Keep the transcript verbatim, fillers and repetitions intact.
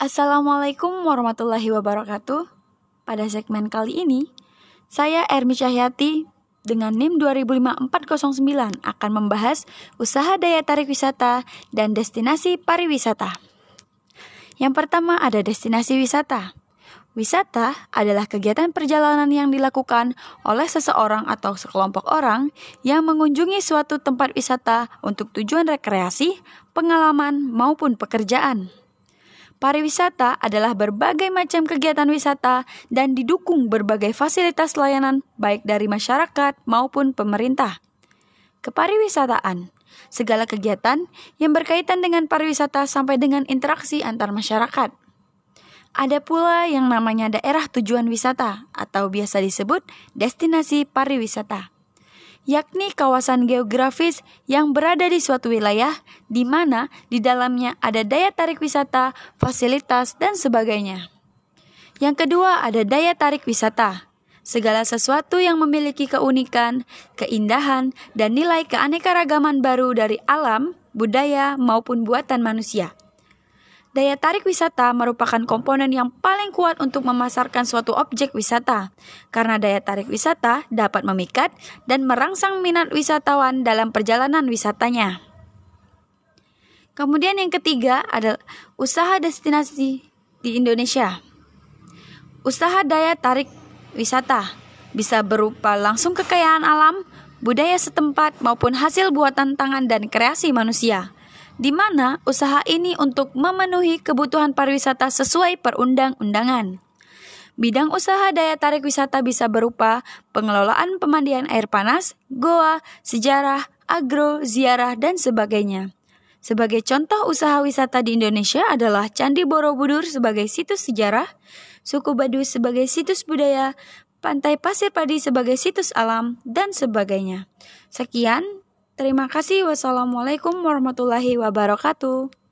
Assalamualaikum warahmatullahi wabarakatuh. Pada segmen kali ini, saya Ermi Cahyati dengan NIM dua ribu lima empat nol sembilan akan membahas usaha daya tarik wisata dan destinasi pariwisata. Yang pertama ada destinasi wisata. Wisata adalah kegiatan perjalanan yang dilakukan oleh seseorang atau sekelompok orang yang mengunjungi suatu tempat wisata untuk tujuan rekreasi, pengalaman, maupun pekerjaan. Pariwisata adalah berbagai macam kegiatan wisata dan didukung berbagai fasilitas layanan baik dari masyarakat maupun pemerintah. Kepariwisataan, segala kegiatan yang berkaitan dengan pariwisata sampai dengan interaksi antar masyarakat. Ada pula yang namanya daerah tujuan wisata atau biasa disebut destinasi pariwisata, yakni kawasan geografis yang berada di suatu wilayah di mana di dalamnya ada daya tarik wisata, fasilitas, dan sebagainya. Yang kedua ada daya tarik wisata, segala sesuatu yang memiliki keunikan, keindahan, dan nilai keanekaragaman baru dari alam, budaya, maupun buatan manusia. Daya tarik wisata merupakan komponen yang paling kuat untuk memasarkan suatu objek wisata, karena daya tarik wisata dapat memikat dan merangsang minat wisatawan dalam perjalanan wisatanya. Kemudian yang ketiga adalah usaha destinasi di Indonesia. Usaha daya tarik wisata bisa berupa langsung kekayaan alam, budaya setempat maupun hasil buatan tangan dan kreasi manusia, di mana usaha ini untuk memenuhi kebutuhan pariwisata sesuai perundang-undangan. Bidang usaha daya tarik wisata bisa berupa pengelolaan pemandian air panas, goa, sejarah, agro, ziarah, dan sebagainya. Sebagai contoh usaha wisata di Indonesia adalah Candi Borobudur sebagai situs sejarah, Suku Baduy sebagai situs budaya, Pantai Pasir Padi sebagai situs alam, dan sebagainya. Sekian. Terima kasih. Wassalamualaikum warahmatullahi wabarakatuh.